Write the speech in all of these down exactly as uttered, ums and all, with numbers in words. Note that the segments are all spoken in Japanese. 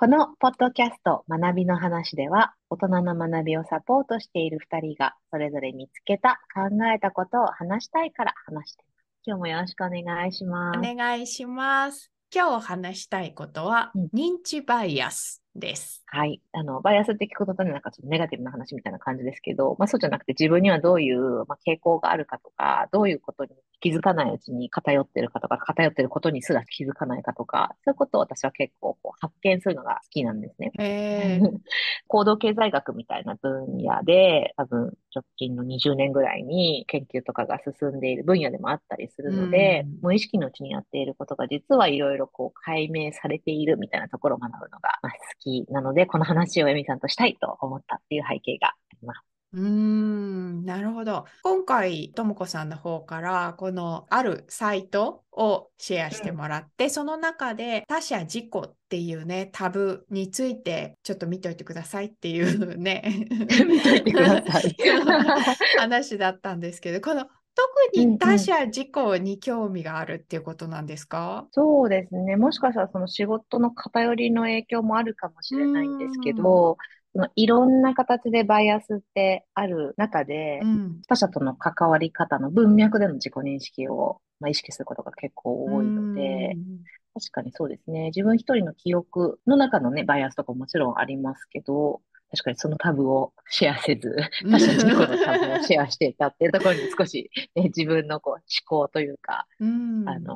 このポッドキャスト学びの話では、大人の学びをサポートしているふたりが、それぞれ見つけた、考えたことを話したいから話しています。今日もよろしくお願いしおます。 願いします。今日話したいことはうん、 認知バイアスです。 はい。あの、バイアスって聞くとね、なんかちょっとネガティブな話みたいな感じですけど、まあそうじゃなくて自分にはどういう、まあ、傾向があるかとか、どういうことに気づかないうちに偏ってるかとか、偏ってることにすら気づかないかとか、そういうことを私は結構こう発見するのが好きなんですね。 え行動経済学みたいな分野で、多分直近のにじゅうねんぐらいに研究とかが進んでいる分野でもあったりすー、うるので、 ん、 無意識のうちにやっていることが実はいろいろこう解明されているみたいなところを学ぶのがまあ好きなので、この話をエミさんとしたいと思ったっていう背景があります。 うーん、なるほど。今回、ともこさんの方から、このあるサイトをシェアしてうん。 もらって、その中で他者自己っていうね、タブについてちょっと見といてくださいっていうね見といてください。 話だったんですけど、この特うんうん。 に他者自己に興味があるっていうことなんですか？ そうですね。もしかしたらその仕事の偏りの影響もあるかもしうーれないんですけん。 ど、そのいろんな形でバイアスってある中で、 うん。 他者との関わり方の文脈での自己認識を、まあ、意識することが結うー構多いので、 ん。 確かにそうですね。自分一人の記憶の中のね、バイアスとかももちろんありますけど、確かにそのタブをシェアせず、他者自己のタブをシェアしていたっていうところに少し、ね、自分のこう思考というか、 うん。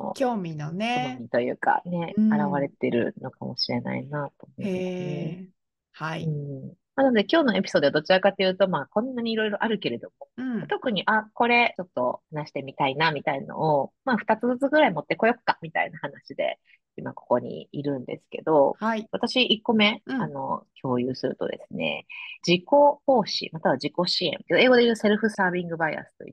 あの、 興味のね。 好みというかね、 う現れん。 てるのかもしれないなと思へいますね。 え。はい。 うん。なので今日のエピソードはどちらかというと、まあこんなにいろいろあるけれども、 うん。 特に、あ、これちょっと話してみたいなみたいのを、まあ二つずつぐらい持ってこよっかみたいな話で、今ここにいるんですけど、 はい。 私一個目、 うん。 あの、共有するとですね、自己奉仕、または自己支援。英語で言うセルフサービングバイアスといって、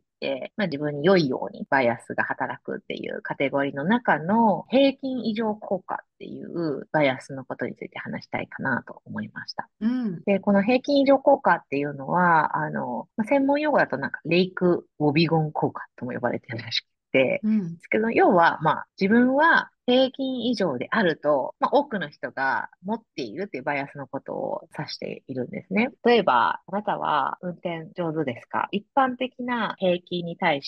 まあ自分に良いようにバイアスが働くっていうカテゴリーの中の平均以上効果っていうバイアスのことについて話したいかなと思いました。 うん。 で、この平均以上効果っていうのは、あの、まあ専門用語だとなんかレイク・ウォビゴン効果とも呼ばれてるらしくて、でうん。 すけど、要は、まあ、自分は平均以上であると、まあ、多くの人が持っているっていうバイアスのことを指しているんですね。例えば、あなたは運転上手ですか？一般的な平均に対して、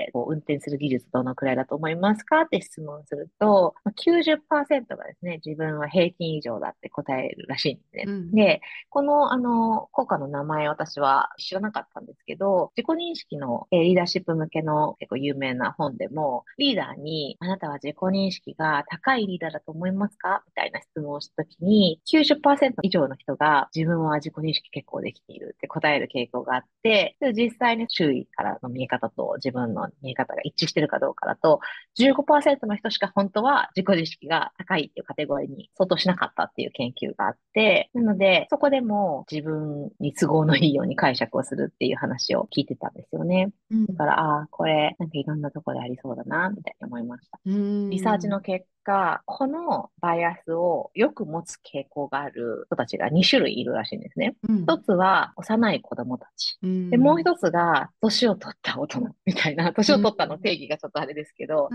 こう運転する技術どのくらいだと思いますかって質問すると、まあきゅうじゅっパーセントがですね、自分は平均以上だって答えるらしいんですね。 うん。 で、この、あの、効果の名前私は知らなかったんですけど、自己認識の、えーリーダーシップ向けの結構有名な本でも、リーダーに、あなたは自己認識が高いリーダーだと思いますかみたいな質問をしたときに、きゅうじゅっパーセント以上の人が自分は自己認識結構できているって答える傾向があって、で実際に周囲からの見え方と自分の見え方が一致してるかどうかだと、じゅうごパーセントの人しか本当は自己認識が高いっていうカテゴリーに相当しなかったっていう研究があって、なので、そこでも自分に都合のいいように解釈をするっていう話を聞いてたんですよね。 うん。 だから、ああ、これ、なんかいろんなところでありそうだな、みたいに思いました。 うリサーチのん。 結果、このバイアスをよく持つ傾向がある人たちがに種類いるらしいんですね。 うん。 一つは幼い子供たち。 うで、もうん。 一つが年を取った大人みたいな、年うを取ったのん。 定義がちょっとあれですけど、 うん。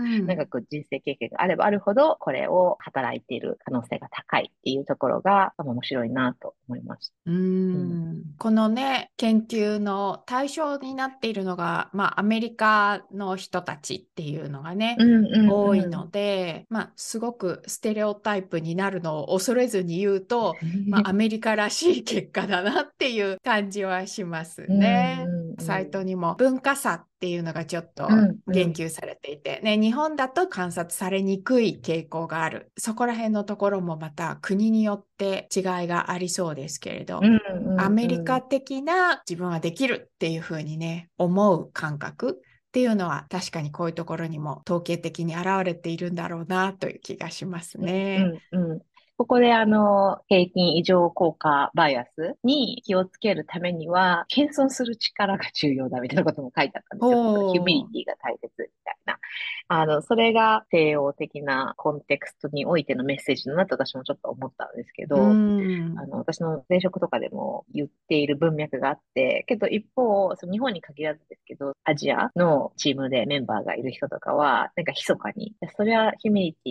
長く人生経験があればあるほど、これを働いている可能性が高いっていうところが面白いなと思いました。 うーうん。 んこのね、研究の対象になっているのが、まあ、アメリカの人たちっていうのがね、 うんうん多いのうん。 で、まあ、すごくステレオタイプになるのを恐れずに言うと、まあ、アメリカらしい結果だなっていう感じはしますうんね。 うんサイトうん。 にも文化差っていうのがちょっうとんうん。 言及されていて、ね、日本だと観察されにくい傾向がある。そこら辺のところもまた国によって違いがありそうですけれど、 うんアメリうんうん。 カ的な自分はできるっていうふうにね、思う感覚っていうのは確かにこういうところにも統計的に現れているんだろうなという気がしますね。 うんうん。ここであの、平均異常効果バイアスに気をつけるためには、謙遜する力が重要だみたいなことも書いてあったんですよ。ヒューミリおー、 ティが大切みたいな。あの、それが西洋的なコンテクストにおいてのメッセージだなと私もちょっと思ったんですけうど、あん、 の、私の前職とかでも言っている文脈があって、けど一方、その日本に限らずですけど、アジアのチームでメンバーがいる人とかは、なんか密かに、いやそれはヒューミリティ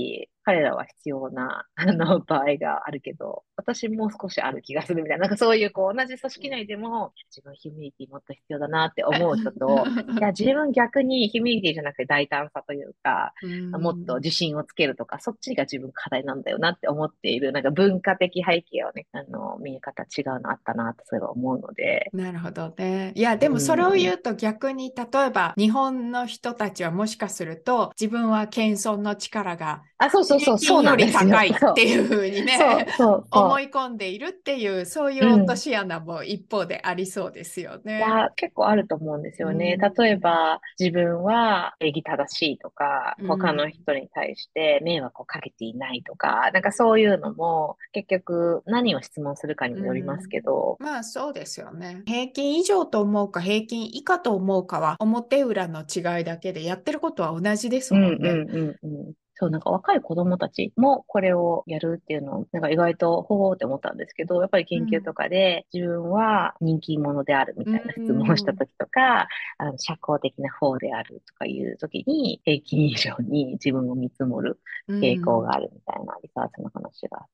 彼らは必要な、あの、場合があるけど、私もう少しある気がするみたいな、なんかそういう、こう、同じ組織内でも、自分ヒューミニティもっと必要だなって思う人と、いや、自分逆にヒューミニティじゃなくて大胆さというか、 うもっとん。 自信をつけるとか、そっちが自分課題なんだよなって思っている、なんか文化的背景をね、あの、見え方違うのあったなってそういえば思うので、 なるほどね。いや、でうもそれをん。 言うと逆に、例えば日本の人たちはもしかすると自分は謙遜の力があ、そうそう平そう、そう均よりなんですよ。 高いっそていうふうにう、そね、 う、そう、そ思い込んでいるっていう、そういう。 う落とうん。 し穴も一方でありそうですよね。 いや、結構あると思うんですうよね。例えん。 ば、自分は礼儀正しいとか、 う他のん。 人に対して迷惑をかけていないとか、なんかそういうのも、結局何を質問するかにうもよりますん。 けど、 まあそうですよね。平均以上と思うか平均以下と思うかは表裏の違いだけでやってることは同じですうんもんね。 うんうんうん。そう、なんか若い子供たちもこれをやるっていうのを、なんか意外とほーって思ったんですけど、やっぱり研究とうん。 かで自分は人気者であるみうたいな質問をしたん。 時とか、あの社交的な方であるとかいう時に、平均以上に自分を見積もるう傾向がん。 あるみたいなリサーチの話があって、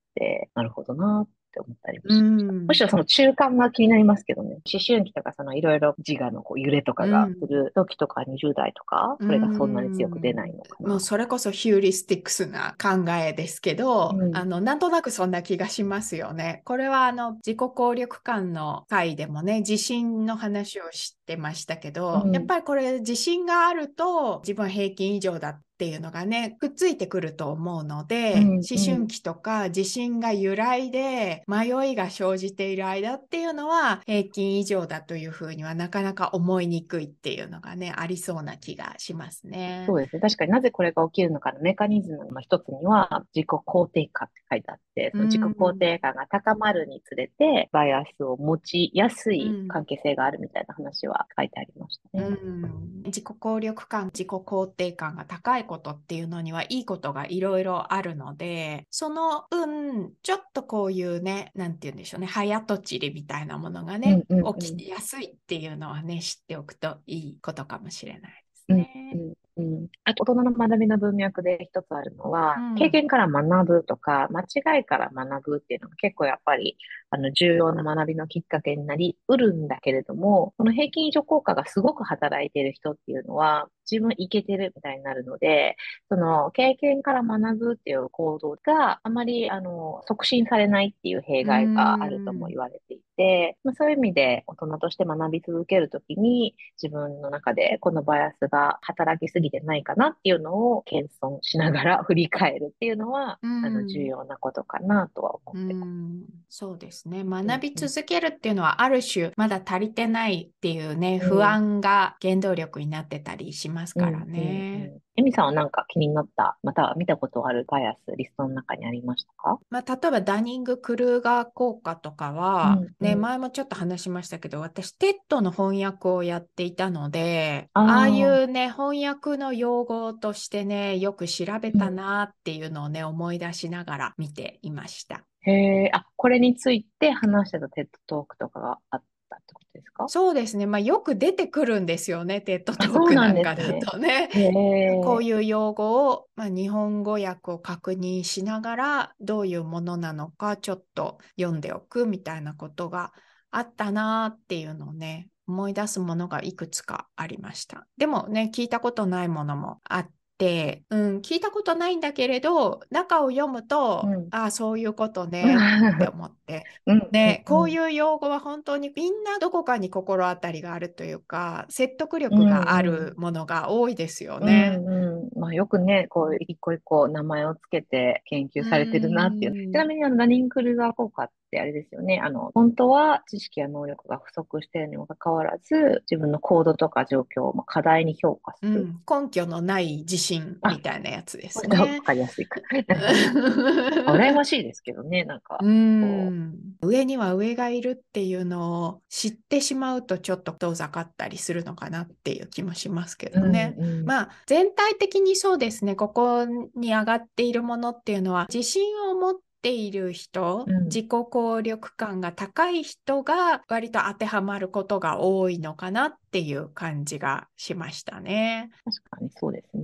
なるほどなって思ったりもうしました。むしん。 ろその中間が気になりますけどね。思春期とかそのいろいろ自我のこう揺れとかがすうん。 る時とかにじゅう代とか、 うそれがそんなに強く出なん。 いのかもうな。 それこそヒューリスティックスな考えですけど、 うん。 あの、なんとなくそんな気がしますよね。これはあの、自己効力感の回でもね、自信の話をしてましたけど、やっうん。 ぱりこれ自信があると自分は平均以上だっていうのがね、くっついてくると思うので、 うん。 思うん。 春期とか自信が揺らいで迷いが生じている間っていうのは平均以上だというふうにはなかなか思いにくいっていうのがね、ありそうな気がしますね。 そうですね。確かになぜこれが起きるのかのメカニズムの一つには、自己肯定感って書いてあって、 うその自己肯ん。 定感が高まるにつれて、バイアスを持ちやすいうん。 関係性があるみたいな話は書いてありましたうね。 ん、自己効力感、自己肯定感が高いことっていうのにはいいことがいろいろあるので、その分、ちょっとこういうね、なんて言うんでしょうね、早とちりみたいなものがね、 うんうんうん。 起きやすいっていうのはね、知っておくといいことかもしれないですうん、うね。 ん、うん。あと、大人の学びの文脈で一つあるのは、経うん。 験から学ぶとか、間違いから学ぶっていうのが結構やっぱり、あの、重要な学びのきっかけになりうるんだけれども、この平均以上効果がすごく働いている人っていうのは、自分いけてるみたいになるので、その、経験から学ぶっていう行動があまり、あの、促進されないっていう弊う害があるともん。 言われていて、まあ、そういう意味で大人として学び続けるときに、自分の中でこのバイアスが働きすぎてないかなっていうのを謙遜しながら振り返るっていうのは、 うあの、重ん。 要なことかなとは思うってます。 ん、そうですね。 うん学びうん。 続けるっていうのはある種まだ足りてないっていうね、不うん。 安が原動力になってたりしますからうん。うん。うね。 ん。エミさんはなんか気になった、または見たことあるバイアス、リストの中にありましたか？ まあ、例えばダニング・クルーガー効果とかは、 うん。うね、 ん。 前もちょっと話しましたけど、私、テッドの翻訳をやっていたので、 あああいあ、 うね、翻訳の用語としてね、よく調べたうん。 なっていうのをね、思い出しながら見ていました。 へえ、あ、これについて話してたテッドトークとかがあったってことですか？ そうですね。まあ、よく出てくるんですよね。テッドあ、 トークそうなんなんかだですね。 とね。 へえ、 こういう用語を、まあ、日本語訳を確認しながら、どういうものなのかちょっと読んでおくみたいなことがあったなっていうのをね、思い出すものがいくつかありました。でもね、聞いたことないものもあって、うん、聞いたことないんだけれど、中を読むと、 うん。 ああ、そういうことねって思って、 うん、うん、 で、こううん。 いう用語は本当にみんなどこかに心当たりがあるというか、説得う力があん、うん。 るものが多いですようね。 んうん。まあよくね、こう、一個一個名前をつけて研う究されてるなっていう。ちーん。 なみにあの、ラニングクルーガー効果ってあれですよね。あの、本当は知識や能力が不足しているにもかかわらず、自分の行動とか状況をまあ過大に評価する。 うん、根拠のない自信あ、 みたいなやつでこれとわすね。 かりやすいか。なるほど。羨ましいですけどね、なんうか、こん、上には上がいるっていうのを知ってしまうとちょっと遠ざかったりするのかなっていう気もしますけう。うどね。 んうん。 まあ全体的にそうですね。ここに上がっているものっていうのは自信を持っている人、 うん。 自己効力感が高い人が割と当てはまることが多いのかなっていう感じがしましたね。 確かにそうですね。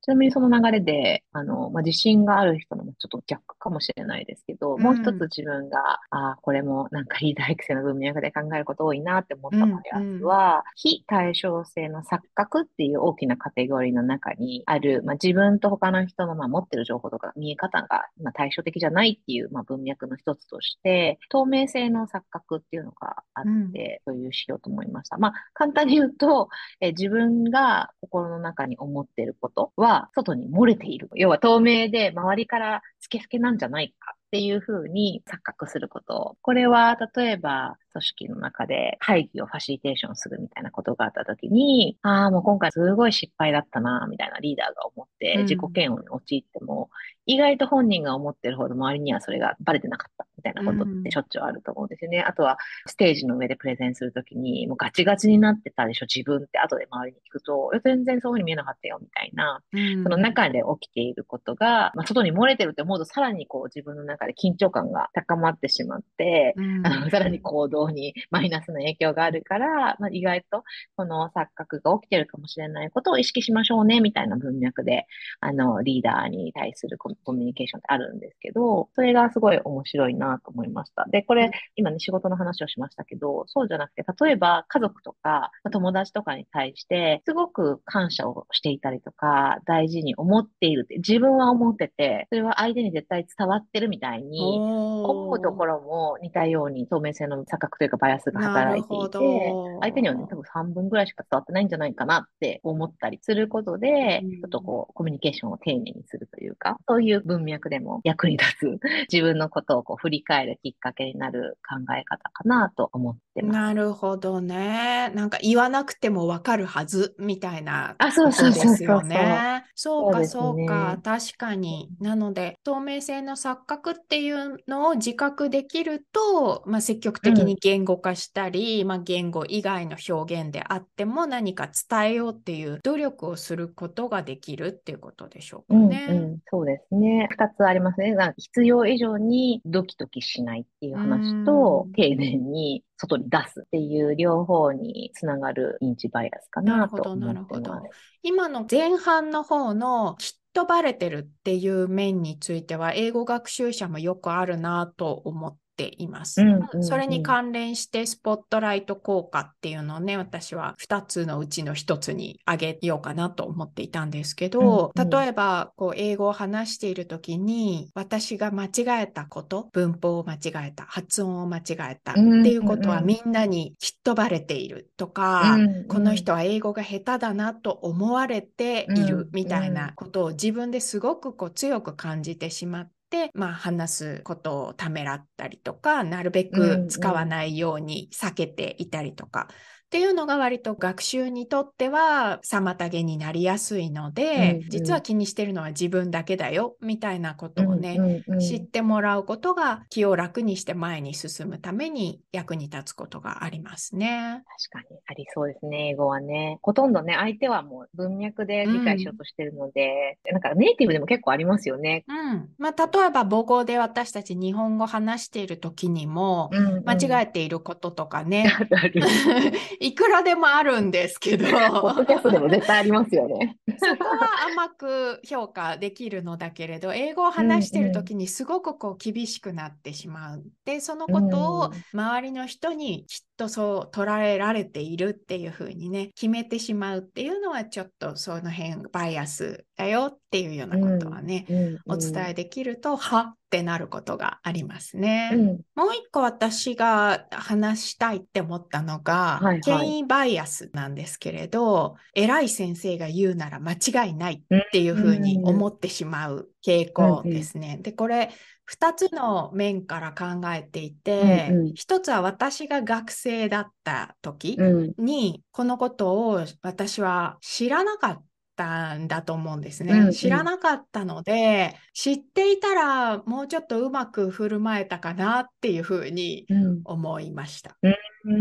ちなみにその流れで、あの、まあ、自信がある人のもちょっと逆かもしれないですけど、もう一つうん、 自分が、ああ、これもなんかリーダー育成の文脈で考えること多いなって思ったバうん、 イアスうん、 は、非対称性の錯覚っていう大きなカテゴリーの中にある、まあ、自分と他の人のまあ持ってる情報とか見え方が、まあ、対照的じゃないっていう、まあ、文脈の一つとして、透明性の錯覚っていうのがあっうん。 て、共有しようと思いました。まあ、簡単に言うと、えー自分が心の中に思っていることは外に漏れている。要は透明で周りからスケスケなんじゃないかっていうふうに錯覚すること。これは例えば組織の中で会議をファシリテーションするみたいなことがあった時に、ああ、もう今回すごい失敗だったな、みたいなリーダーが思って自己うん、 嫌悪に陥っても、意外と本人が思ってるほど周りにはそれがバレてなかったみたいなうことってしょん、 っちゅうあると思うんですよね。あとはステージの上でプレゼンするときに、もうガチガチになってたでしょ、自分って後で周りに聞くと、いや全然そういうふうに見えなかったよ、みたいな、 うそのん。 中で起きていることが、まあ、外に漏れてるって思うと、さらにこう自分の中で緊張感が高まってしまって、 うあの、 ん、 さらに行動にマイナスな影響があるから、まあ、意外とこの錯覚が起きてるかもしれないことを意識しましょうね、みたいな文脈で、あの、リーダーに対するココミュニケーションってあるんですけど、それがすごい面白いなと思いました。で、これ、今ね、仕事の話をしましたけど、そうじゃなくて、例えば家族とか友達とかに対して、すごく感謝をしていたりとか、大事に思っているって、自分は思ってて、それは相手に絶対伝わってるみたいに、思うとおー、 ころも似たように透明性の錯覚というかバイアスがなるほ働いていて、相手にはね、多ど。 分半分ぐらいしか伝わってないんじゃないかなって思ったりすることで、ちょっとうん、 こう、コミュニケーションを丁寧にするというか、そういう文脈でも役に立つ自分のことをこう振り返るきっかけになる考え方かなと思ってます。 なるほどね。なんか言わなくてもわかるはずみたいなあ、そことうそうそうですよそうそう。 ね。そうか、 そうですそうか。 ね。 確かに。なので、透明性の錯覚っていうのを自覚できると、まあ、積極的にうん。 言語化したり、まあ、言語以外の表現であっても何か伝えようっていう努力をすることができるっていうことでしょううん、うかね。 ん、そうですね。二つありますね。な必要以上にドキドキしないっていううー話と、 ん。 丁寧に外に出すっていう両方につながる認知バイアスかななるほど、なと思っるほど。 てます。 今の前半の方のきっとバレてるっていう面については、英語学習者もよくあるなと思っています。 うん、うん、 それにうん。 関連してスポットライト効果っていうのをね、私はふたつのうちのひとつに挙げようかなと思っていたんですけうん、 ど、 うん。 例えばこう英語を話している時に私が間違えたこと、文法を間違えた、発音を間違えたっうん、 ていうことはうん。 みんなにきっとバレているとうか、 ん、 このうん。 人は英語が下手だなと思われているうん、 みたいうん。 なことを自分ですごくこう強く感じてしまって、まあ、話すことをためらったりとか、なるべうん、 く使わうん。 ないように避けていたりとか。っていうのが割と学習にとっては妨げになりやすいので、 うん、 実はうん。 気にしてるのは自分だけだよみたいなこうん、 とをね、 うん、う知っん。 てもらうことが気を楽にして前に進むために役に立つことがありますね。 確かにありそうですね、英語はね。ほとんどね、相手はもう文脈でう理解しようん。 としてるので、なんかネイティブでも結構ありますよね。 うん。まあ、例えば母語で私たち日本語話している時にも、 うん、うん。 間違えていることとかね、 あるある。 いくらでもあるんですけど、 ポッドキャストでも絶対ありますよね。 そこは甘く評価できるのだけれど、英語をうん、 話しているうん。 時にすごくこう厳しくなってしまう。で、そのうことをん、 周りの人にきっとそう捉えられているっていうふうにね、決めてしまうっていうのはちょっとその辺バイアスだよっていうようなことうん、 はね、 うん、 おうん。 伝えできると、はってなることがありますね。 うん。 もう一個私が話したいって思ったのが、 はい、はい。 権威バイアスなんですけれど、偉い先生が言うなら間違いないうん、 っていうふうにうん、 思ってしまう傾うん、 向うん、 ですね。で、これふたつの面から考えていうん、 て、 うん、 ひとつは私が学生だった時うん、 に、このことを私は知らなかったんだと思うんですね。 うん、 知らなかったので、知っていたらもうちょっとうまく振る舞えたかなっていうふうにうん、 思いました。 うん。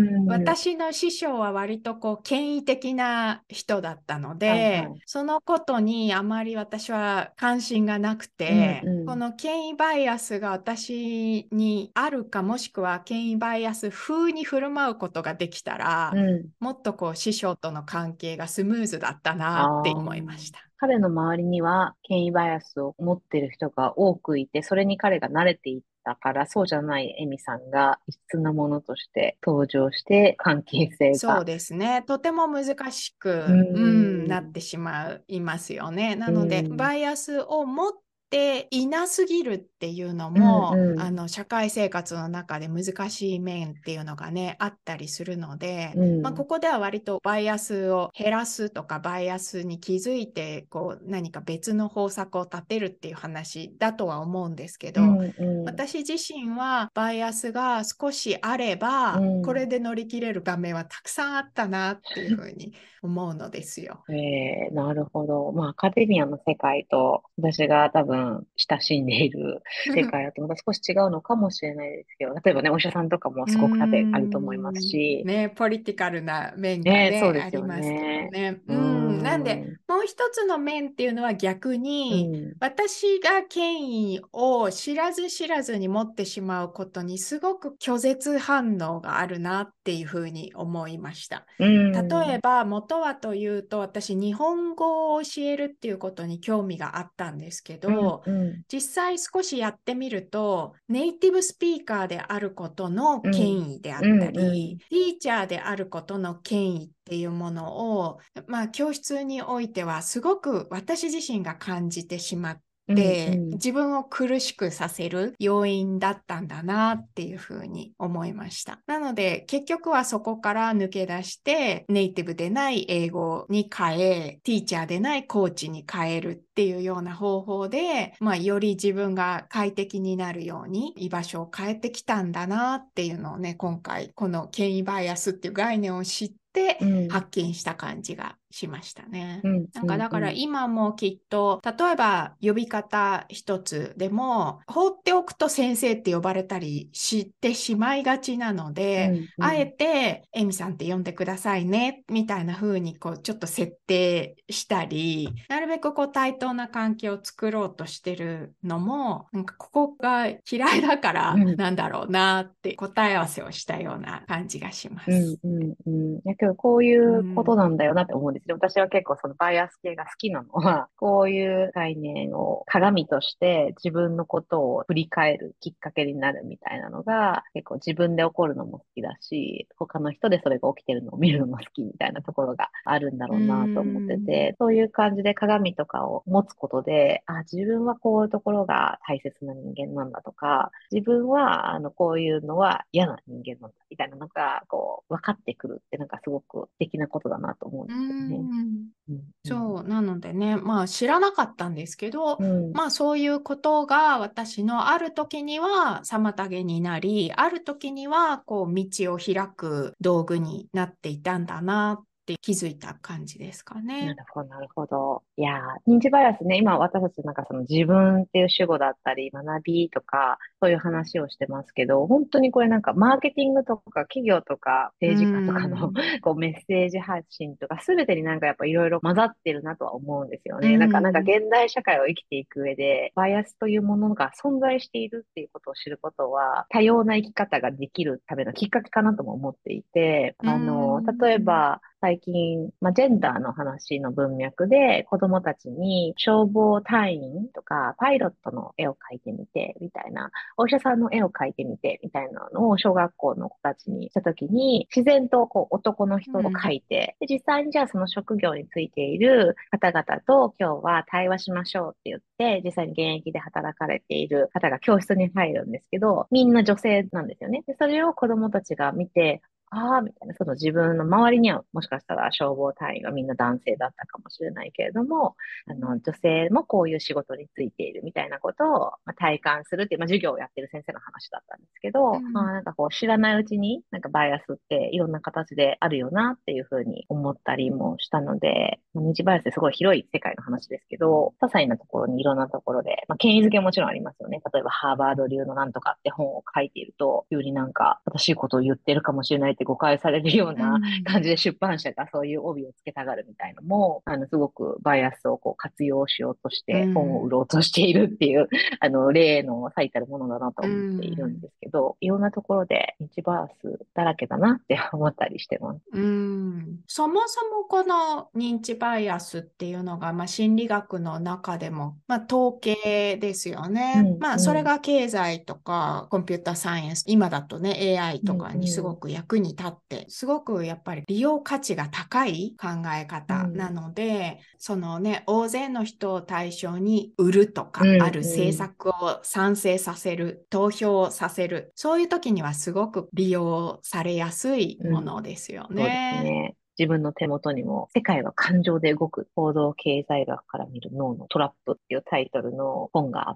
私の師匠は割とこう権威的な人だったので、 はいはい。 そのことにあまり私は関心がなくうんて、こうん。 の権威バイアスが私にあるか、もしくは権威バイアス風に振る舞うことができたら、 うん。 もっとこう師匠との関係がスムーズだったなってああ。 思いました。 彼の周りには権威バイアスを持ってる人が多くいて、それに彼が慣れていったから、そうじゃないエミさんが異質なものとして登場して、関係性そうが。 ですね。とても難しうーく、うん、なっん。 てしまいますよね。なうので、 ん。 バイアスを持っていなすぎるっていうのうんも、 うん。 あの、社会生活の中で難しい面っていうのがね、あったりするので、まあ、 うん。 ここでは割とバイアスを減らすとか、バイアスに気づいて、こう、何か別の方策を立てるっていう話だとは思うんですけど、 うんうん。 私自身はバイアスが少しあれうば、これん。 で乗り切れる場面はたくさんあったなっていうふうに思うのですよ。 えー、なるほど。まあ、アカデミアの世界と私が多分親しんでいる世界だとまた少し違うのかもしれないですけど、例えばね、お医者さんとかもうーすごく盾あると思いますん、 し、 ね、ポリティカルな面がね、そうね、 ですよありますけどね。 ね。 うーうん、なんで、 ん。 もう一つの面っていうのは逆に、 うん。 私が権威を知らず知らずに持ってしまうことにすごく拒絶反応があるなっていうふうに思いました。 うん。 例えば、元はというと、私、日本語を教えるっていうことに興味があったんですけうん。 ど、 うん。 実際少しやってみると、ネイティブスピーカーであることのうん。 権威であったうん。うり、 ん。 ティーチャーであることの権威っていうものを、まあ、教室においてはすごく私自身が感じてしまって、 うん。うん。 自分を苦しくさせる要因だったんだなっていうふうに思いました。なので結局はそこから抜け出してネイティブでない英語に変え、ティーチャーでないコーチに変えるっていうような方法で、まあ、より自分が快適になるように居場所を変えてきたんだなっていうのをね、今回この権威バイアスっていう概念を知ってうん。 発見した感じがしましたね。 うん。 なんかうん。 だからうん。 今もきっと、例えば呼び方一つでも、放っておくと先生って呼ばれたりしてしまいがちなので、 うん。うあえん。 て、エミさんって呼んでくださいね、みたいな風にこう、ちょっと設定したり、なるべくこう、対等な関係を作ろうとしてるのも、なんかここが嫌いだからうん。 なんだろうなって答え合わせをしたような感じがしまうん。 す。 うん。うん。だけど、こういううことなん。 んだよなって思うんですよ。私は結構そのバイアス系が好きなのは、こういう概念を鏡として自分のことを振り返るきっかけになるみたいなのが、結構自分で起こるのも好きだし、他の人でそれが起きてるのを見るのも好きみたいなところがあるんだうろうなと思ってん。 て、そういう感じで鏡とかを持つことで、あ、自分はこういうところが大切な人間なんだとか、自分はあのこういうのは嫌な人間なんだみたいなのが、こう、分かってくるってなんかすごく素敵なことだなと思うんうですよね。 ん。 うん、うん、 そう、なのでね、まあ知らなかったんですけど、 うん、 まあそういうことが私のある時には妨げになり、ある時にはこう道を開く道具になっていたんだなって気づいた感じですかね。 なるほど、なるほど。いやー、認知バイアスね、今私たちなんかその自分っていう主語だったり、学びとか、そういう話をしてますけど、本当にこれなんかマーケティングとか企業とかう政治家とかのん。 こうメッセージ発信とか、すべてになんかやっぱいろいろ混ざってるなとは思うんですようね。なんか、なんかん。 現代社会を生きていく上で、バイアスというものが存在しているっていうことを知ることは、多様な生き方ができるためのきっかけかなとも思っていて、 うあの、 ん。 例えば、最近、まあ、ジェンダーの話の文脈で子供たちに消防隊員とかパイロットの絵を描いてみて、みたいな、お医者さんの絵を描いてみて、みたいなのを小学校の子たちにしたときに、自然とこう男の人をうん。 描いて、で実際にじゃあその職業についている方々と今日は対話しましょうって言って、実際に現役で働かれている方が教室に入るんですけど、みんな女性なんですよね。で、それを子供たちが見て、ああ、みたいな、その自分の周りにはもしかしたら消防隊員がみんな男性だったかもしれないけれども、あの、女性もこういう仕事についているみたいなことを、まあ、体感するっていう、まあ、授業をやってる先生の話だったんですけど、まあ、 うん。 なんかこう知らないうちになんかバイアスっていろんな形であるよなっていうふうに思ったりもしたので、まあ二次バイアスってすごい広い世界の話ですけど、些細なところにいろんなところで、まあ、権威づけももちろんありますよね。例えばハーバード流のなんとかって本を書いていると、よりなんか正しいことを言ってるかもしれないっって誤解されるよううなん、 感じで出版社がそういう帯をつけたがるみたいのも、あの、すごくバイアスをこう活用しようとしうて本を売ん、 ろうとしているっていう、あの、例の最たるものだなとう思っているんん。 ですけど、いろんなところで日バイアスだらけだなって思ったりしてます。 うん、そもそもこの認知バイアスっていうのが、まあ、心理学の中でも、まあ、統計ですよね。 うん、 まあ、 うん、 それが経済とかコンピュータサイエンス、今だとね、エーアイうん、 とかにすうん、 ごく役に立って、すごくやっぱり利用価値が高い考えうん、 方なので、そのね、大勢の人を対象に売るとか、あうん、 る政うん、 策を賛成させる、投票させる、そういう時にはすごく利用されやすいもうん。 のですよそうですね。 ね。自分の手元にも、世界は感情で動く行動経済学から見る脳のトラップっていうタイトルの本があって、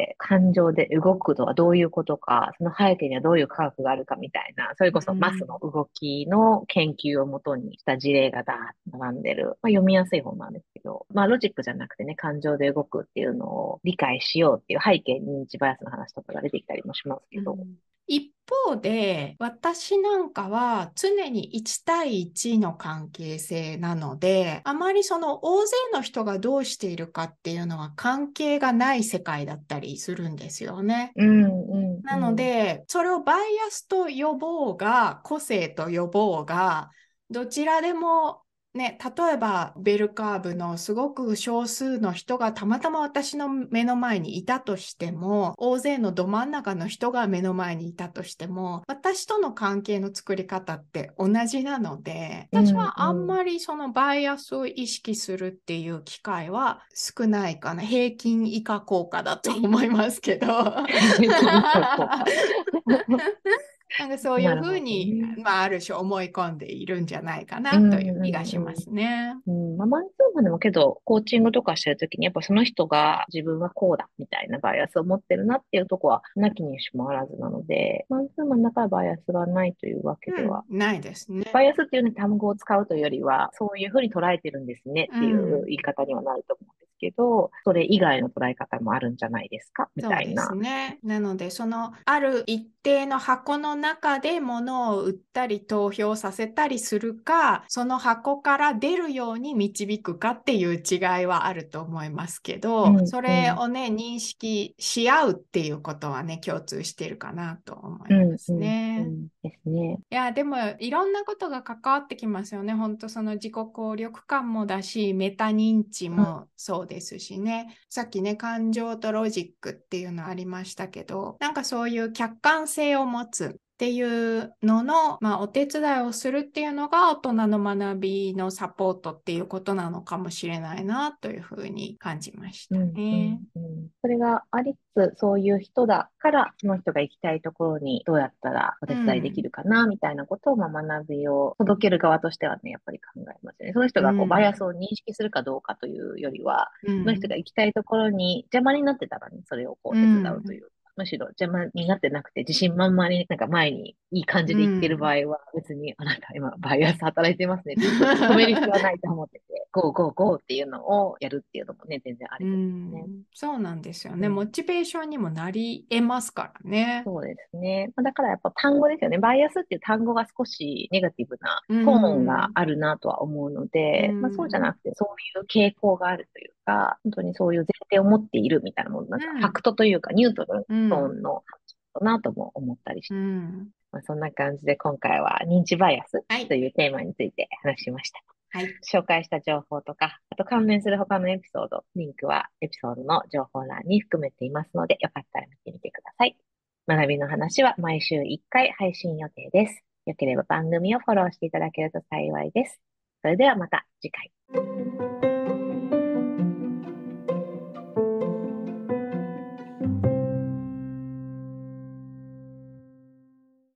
感情で動くとはどういうことか、その背景にはどういう科学があるかみたいな、それこそマスうん、 の動きの研究をもとにした事例がダーッと並んでる、まあ、読みやすい本なんですけど、まあロジックじゃなくてね、感情で動くっていうのを理解しようっていう背景に認知バイアスの話とかが出てきたりもしますけど、 うん。一方で、私なんかは常にいち対いちの関係性なので、あまりその大勢の人がどうしているかっていうのは関係がない世界だったりするんですよね。 うん、うん、 なのうん。 で、それをバイアスと呼ぼうが、個性と呼ぼうが、どちらでもね、例えばベルカーブのすごく少数の人がたまたま私の目の前にいたとしても、大勢のど真ん中の人が目の前にいたとしても、私との関係の作り方って同じなので、私うん、 はあんうん。 まりそのバイアスを意識するっていう機会は少ないかな。平均以下効果だと思いますけど。 金貨効果。 なんかそういうふなるほどうに、 ね。 まあ、ある種思い込んでいるんじゃないかうん、 なという気がしまうん、 すね。 うん。うん、まあ、マンツーマンでもけど、コーチングとかしてるときに、やっぱその人が自分はこうだ、みたいなバイアスを持ってるなっていうとこは、なきにしもあらずなので、マンツーマンだからバイアスがないというわけでうん、 は、 ないですね。 バイアスっていうね、単語を使うというよりは、そういうふうに捉えてるんですねうっていうん。 言い方にはなると思うんですけど、それ以外の捉え方もあるんじゃないですかみそうですたいな。 ね。なので、そのある一定の箱の中で物を売ったり投票させたりするか、その箱から出るように導くかっていう違いはあると思いますけど、 うん、 そうん、 れをね、認識し合うっていうことはね、共通しているかなと思うん、ういますん、うね。 んですね。 いや、でも、いろんなことが関わってきますよね。本当その自己効力感もだし、メタ認知うん、 もそうですしね。さっきね、感情とロジックっていうのありましたけど、なんかそういう客観性を持つっていうのの、まあ、お手伝いをするっていうのが大人の学びのサポートっていうことなのかもしれないなというふうに感じましたうん、うね。 ん、うん。それがありつつ、そういう人だから、その人が行きたいところにどうやったらおう手伝いできん。 るかな、みたいなことを、まあ、学びを届ける側としてはね、やっぱり考えますよね。その人うがこう、バイアスん。 を認識するかどうかというよりは、その人うん。 が行きたいところに邪魔になってたらね、それをこうう手伝うといん。 う。むしろ邪魔になってなくて、自信満々になんか前にいい感うじで行ってる場ん。 合は、別にあなた今バイアス働いてますねって止める必要はないと思ってて、ゴーゴーゴーっていうのをやるっていうのもね、全然あうりですね。 ん、そうなんですよね。モうん。 チベーションにもなり得ますからね。 そうですね。まあだからやっぱ単語ですよね。バイアスっていう単語が少しネガティブなうトーンがん、 あるなとは思うのうで、まあそうじゃなん、 くてそういう傾向があるというか、本当にそういう前提を持っているみたいなもの、なんうかファん、 クトというかニュートラルなうん、 トーンのだなとも思ったりしうて。 ん。 まあそんな感じで今回は認知バイアスはい、 というテーマについて話しました。 はい、 紹介した情報とか、あと関連する他のエピソード、リンクはエピソードの情報欄に含めていますので、よかったら見てみてください。学びの話は毎週いっかい配信予定です。よければ番組をフォローしていただけると幸いです。それではまた次回。